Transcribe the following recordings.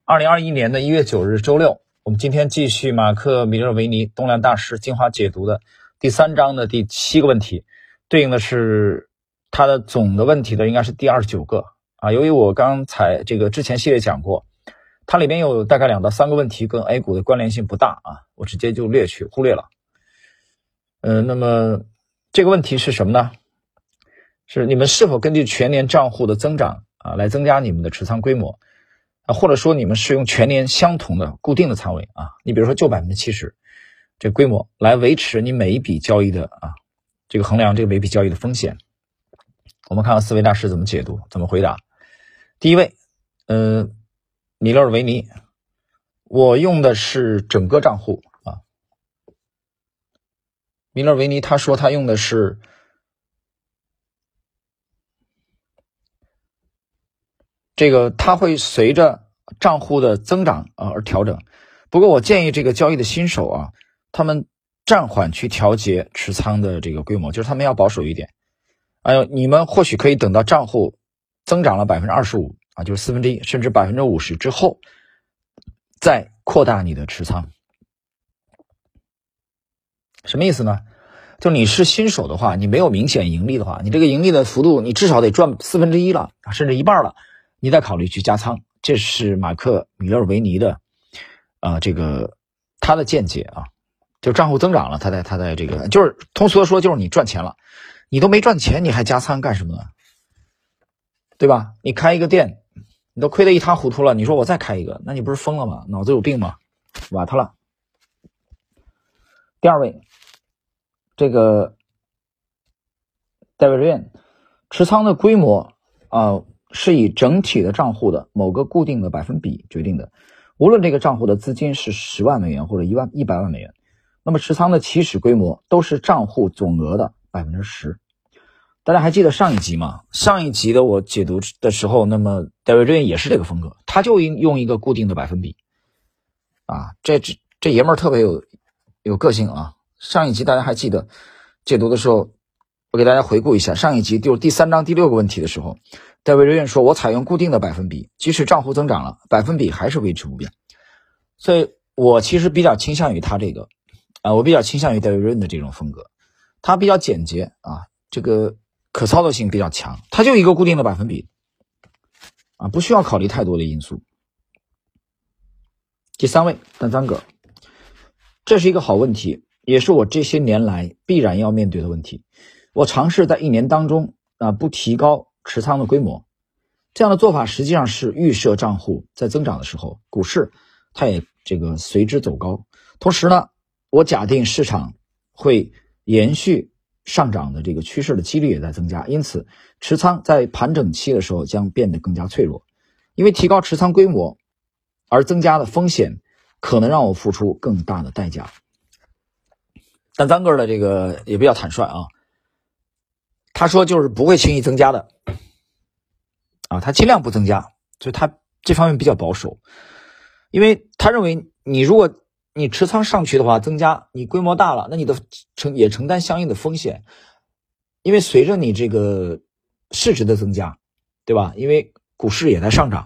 2021年1月9日周六，我们今天继续马克·米勒维尼动量大师精华解读的第3章的第7个问题，对应的是它的总的问题的应该是第29个啊。由于我刚才之前系列讲过，它里面有大概2到3个问题跟 A 股的关联性不大啊，我直接就忽略了。那么这个问题是什么呢？是你们是否根据全年账户的增长啊来增加你们的持仓规模啊，或者说你们是用全年相同的固定的仓位啊，你比如说就 70% 这个规模来维持你每一笔交易的衡量这个每笔交易的风险。我们看看思维大师怎么解读怎么回答。第一位米勒尔维尼，我用的是整个账户啊。米勒尔维尼他说他用的是它会随着账户的增长而调整。不过我建议这个交易的新手啊，他们暂缓去调节持仓的这个规模，就是他们要保守一点。你们或许可以等到账户增长了 25% 啊，就是1/4甚至 50% 之后再扩大你的持仓。什么意思呢？就你是新手的话，你没有明显盈利的话，你这个盈利的幅度你至少得赚1/4了，甚至一半了，你再考虑去加仓。这是马克·米勒尔维尼的他的见解啊。就账户增长了，他在就是通俗的说，就是你赚钱了，你都没赚钱你还加仓干什么呢？对吧？你开一个店你都亏得一塌糊涂了，你说我再开一个，那你不是疯了吗？脑子有病吗？瓦特了。第二位戴维瑞恩，持仓的规模是以整体的账户的某个固定的百分比决定的，无论这个账户的资金是10万美元或者100万美元，那么持仓的起始规模都是账户总额的 10%。 大家还记得上一集吗？上一集的我解读的时候，那么戴维瑞恩也是这个风格，他就用一个固定的百分比啊，这爷们儿特别有个性啊。上一集大家还记得解读的时候，我给大家回顾一下，上一集就是第3章第6个问题的时候，戴维瑞恩说我采用固定的百分比，即使账户增长了，百分比还是维持不变。所以我其实比较倾向于他我比较倾向于戴维瑞恩的这种风格，他比较简洁啊，这个可操作性比较强，他就一个固定的百分比啊，不需要考虑太多的因素。第3位丹桑格，这是一个好问题，也是我这些年来必然要面对的问题。我尝试在1年当中不提高持仓的规模，这样的做法实际上是预设账户在增长的时候，股市它也随之走高。同时呢，我假定市场会延续上涨的这个趋势的几率也在增加，因此持仓在盘整期的时候将变得更加脆弱，因为提高持仓规模而增加的风险可能让我付出更大的代价。但张哥的也比较坦率啊，他说就是不会轻易增加的啊，他尽量不增加，所以他这方面比较保守，因为他认为如果你持仓上去的话，增加你规模大了，那你也承担相应的风险，因为随着你这个市值的增加，对吧？因为股市也在上涨。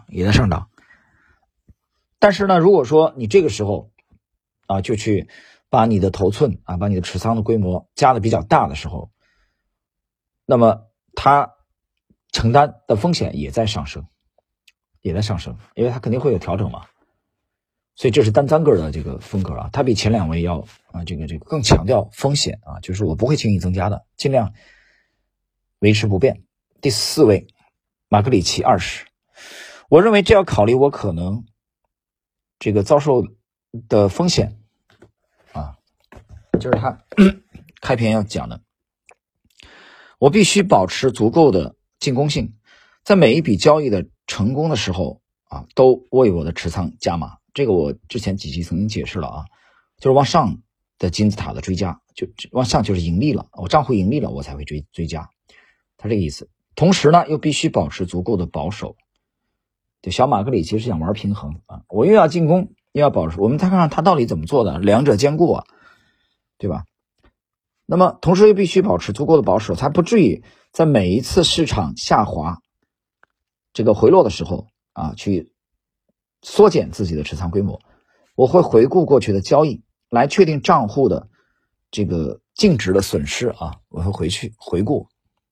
但是呢，如果说你这个时候就去把你的头寸把你的持仓的规模加的比较大的时候，那么它承担的风险也在上升，因为它肯定会有调整嘛。所以这是丹桑格的这个风格啊，他比前2位要更强调风险啊，就是我不会轻易增加的，尽量维持不变。第4位马格里奇20，我认为这要考虑我可能遭受的风险啊，就是他开篇要讲的，我必须保持足够的进攻性，在每一笔交易的成功的时候都为我的持仓加码。这个我之前几集曾经解释了就是往上的金字塔的追加，就往上就是盈利了，我账户盈利了我才会追加，他这个意思。同时呢又必须保持足够的保守，就小马格里其实想玩平衡我又要进攻又要保守，我们再看看他到底怎么做的，两者兼顾对吧？那么同时又必须保持足够的保守，才不至于在每一次市场下滑回落的时候去缩减自己的持仓规模，我会回顾过去的交易，来确定账户的这个净值的损失啊，我会回顾。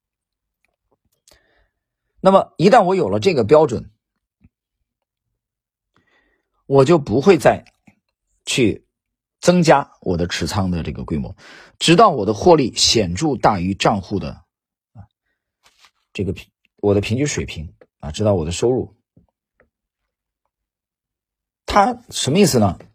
那么一旦我有了这个标准，我就不会再去增加我的持仓的这个规模，直到我的获利显著大于账户的这个我的平均水平啊，直到我的收入。它什么意思呢？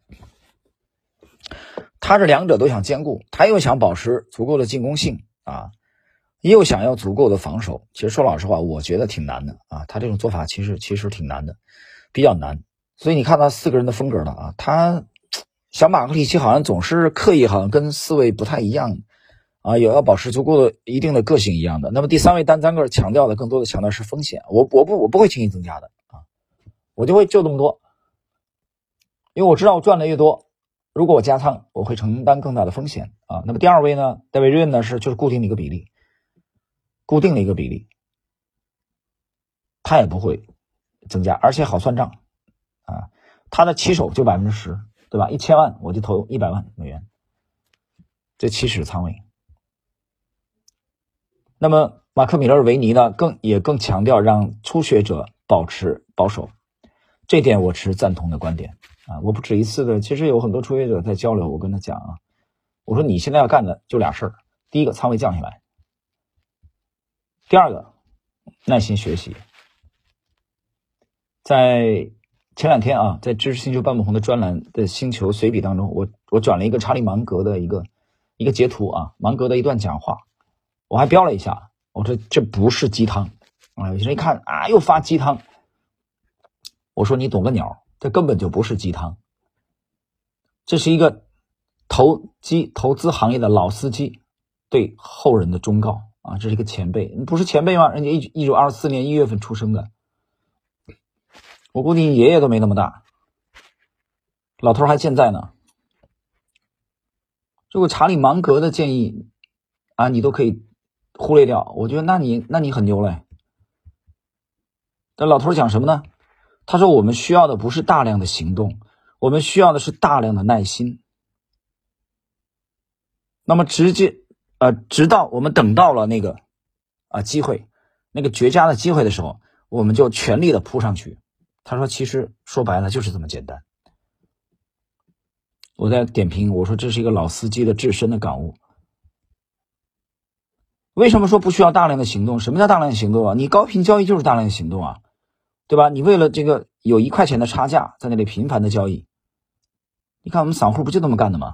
它这两者都想兼顾，它又想保持足够的进攻性啊，又想要足够的防守。其实说老实话，我觉得挺难的啊，他这种做法其实挺难的，比较难。所以你看到4个人的风格了啊，他小马克里奇好像总是刻意，好像跟4位不太一样啊，也要保持足够的一定的个性一样的。那么第3位丹赞格尔强调的更多的强调是风险，我不会轻易增加的啊，我就会就这么多，因为我知道我赚的越多，如果我加仓，我会承担更大的风险啊。那么第2位呢，戴维瑞恩呢就是固定的一个比例，他也不会增加，而且好算账啊。他的起手就10%，对吧？1000万我就投100万美元，这起始仓位。那么马克米勒维尼呢，更强调让初学者保持保守，这点我持赞同的观点啊。我不止一次的，其实有很多初学者在交流，我跟他讲啊，我说你现在要干的就俩事儿，第一个仓位降下来，第二个耐心学习。在前2天啊，在知识星球半不红的专栏的星球随笔当中，我转了一个查理芒格的一个截图啊，芒格的一段讲话，我还标了一下，我说这不是鸡汤啊。有些人一看啊，又发鸡汤，我说你懂个鸟，这根本就不是鸡汤，这是一个投资行业的老司机对后人的忠告啊，这是一个前辈，不是前辈吗？人家1924年1月份出生的，我估计你爷爷都没那么大，老头还健在呢。如果查理芒格的建议啊，你都可以忽略掉，我觉得那你很牛嘞。但老头讲什么呢？他说我们需要的不是大量的行动，我们需要的是大量的耐心。那么直到我们等到了那个机会，那个绝佳的机会的时候，我们就全力的扑上去。他说其实说白了就是这么简单。我在点评，我说这是一个老司机的至深的感悟。为什么说不需要大量的行动？什么叫大量的行动啊？你高频交易就是大量的行动啊，对吧？你为了这个有1块钱的差价在那里频繁的交易，你看我们散户不就这么干的吗？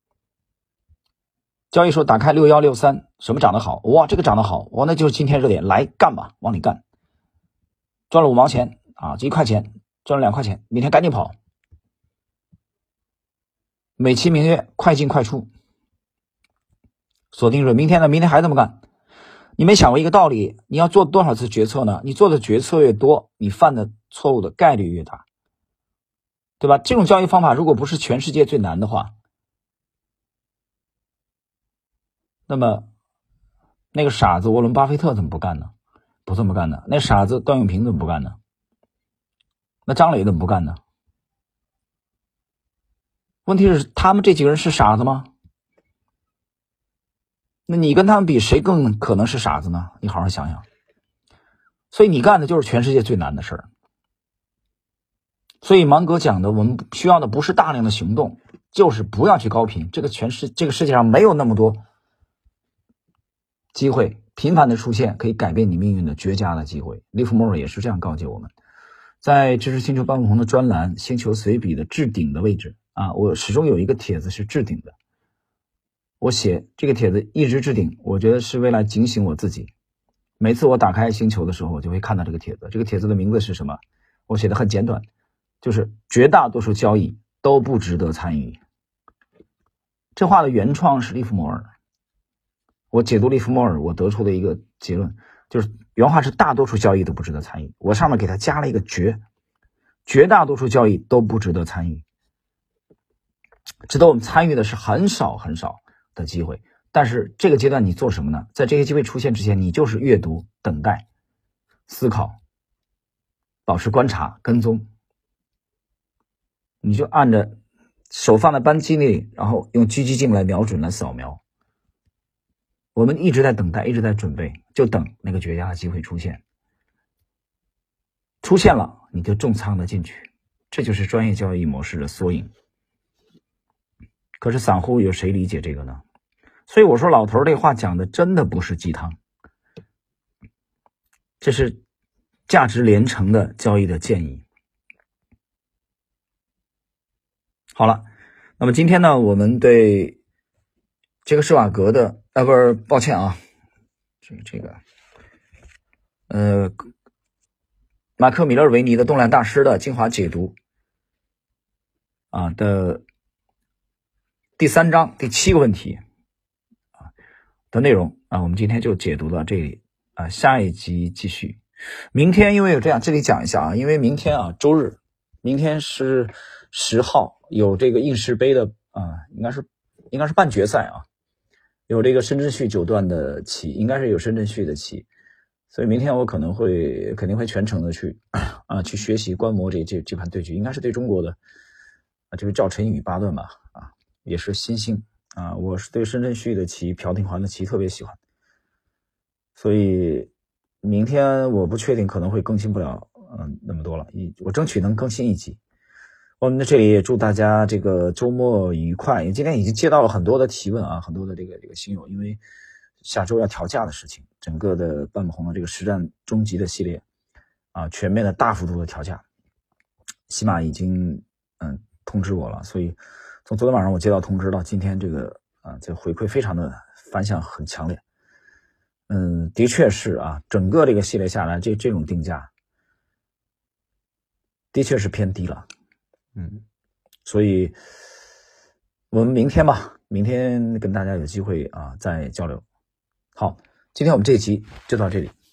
交易时候打开6163，什么涨得好？哇，这个涨得好，哇，那就是今天热点，来干吧，往里干。赚了5毛钱啊，这1块钱赚了2块钱，明天赶紧跑。美其名曰快进快出，锁定准，明天还这么干。你没想过一个道理，你要做多少次决策呢？你做的决策越多，你犯的错误的概率越大，对吧？这种交易方法如果不是全世界最难的话，那么那个傻子沃伦巴菲特怎么不干呢？不这么干呢？那傻子段永平怎么不干呢？那张磊怎么不干呢？问题是他们这几个人是傻子吗？那你跟他们比，谁更可能是傻子呢？你好好想想。所以你干的就是全世界最难的事儿。所以芒格讲的，我们需要的不是大量的行动，就是不要去高频。这个世界上没有那么多机会频繁的出现可以改变你命运的绝佳的机会。利弗莫尔也是这样告诫我们。在知识星球半不红的专栏星球随笔的置顶的位置啊，我始终有一个帖子是置顶的。我写这个帖子一直置顶，我觉得是为了警醒我自己。每次我打开星球的时候，我就会看到这个帖子。这个帖子的名字是什么？我写的很简短，就是绝大多数交易都不值得参与。这话的原创是利弗莫尔。我解读利弗莫尔，我得出的一个结论就是原话是大多数交易都不值得参与，我上面给他加了一个绝大多数交易都不值得参与。值得我们参与的是很少很少的机会，但是这个阶段你做什么呢？在这些机会出现之前，你就是阅读、等待、思考、保持观察、跟踪。 你就按着手放在扳机里，然后用狙击镜来瞄准来扫描。我们一直在等待，一直在准备，就等那个绝佳的机会出现。出现了，你就重仓的进去，这就是专业交易模式的缩影。可是散户有谁理解这个呢？所以我说老头这话讲的真的不是鸡汤，这是价值连城的交易的建议。好了，那么今天呢，我们对这个施瓦格的不是，抱歉啊，马克·米勒维尼的动量大师的精华解读的第3章第7个问题的内容我们今天就解读到这里下一集继续。明天因为有这里讲一下因为明天周日，明天是10号，有这个应氏杯的应该是半决赛有这个申真旭9段的棋，应该是有申真旭的棋，所以明天我肯定会全程的去学习观摩这盘对局，应该是对中国的这个赵晨宇8段吧也是新星我是对申真旭的棋、朴廷桓的棋特别喜欢，所以明天我不确定可能会更新不了那么多了，我争取能更新一集。我们在这里也祝大家这个周末愉快。因为今天已经接到了很多的提问很多的这个新友，因为下周要调价的事情，整个的半亩红的这个实战终极的系列全面的大幅度的调价，起码已经通知我了，所以从昨天晚上我接到通知到今天这个这回馈非常的反响很强烈。的确是整个这个系列下来这种定价的确是偏低了。所以我们明天吧，明天跟大家有机会再交流。好，今天我们这一集就到这里。